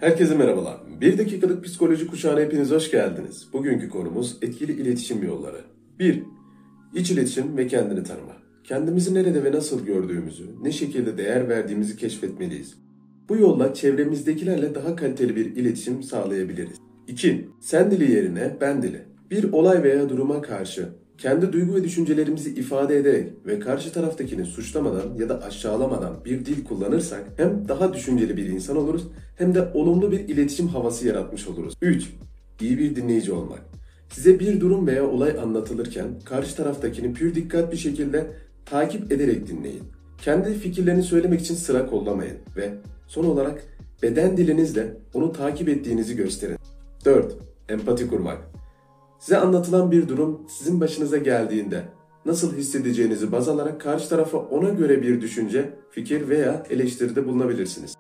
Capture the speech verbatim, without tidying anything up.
Herkese merhabalar. Bir dakikalık psikoloji kuşağına hepiniz hoş geldiniz. Bugünkü konumuz etkili iletişim yolları. bir. İç iletişim ve kendini tanıma. Kendimizi nerede ve nasıl gördüğümüzü, ne şekilde değer verdiğimizi keşfetmeliyiz. Bu yolla çevremizdekilerle daha kaliteli bir iletişim sağlayabiliriz. iki. Sen dili yerine ben dili. Bir olay veya duruma karşı kendi duygu ve düşüncelerimizi ifade ederek ve karşı taraftakini suçlamadan ya da aşağılamadan bir dil kullanırsak hem daha düşünceli bir insan oluruz hem de olumlu bir iletişim havası yaratmış oluruz. üç. İyi bir dinleyici olmak. Size bir durum veya olay anlatılırken karşı taraftakini pür dikkat bir şekilde takip ederek dinleyin. Kendi fikirlerini söylemek için sıra kollamayın ve son olarak beden dilinizle onu takip ettiğinizi gösterin. dört. Empati kurmak. Size anlatılan bir durum sizin başınıza geldiğinde nasıl hissedeceğinizi baz alarak karşı tarafa ona göre bir düşünce, fikir veya eleştiride bulunabilirsiniz.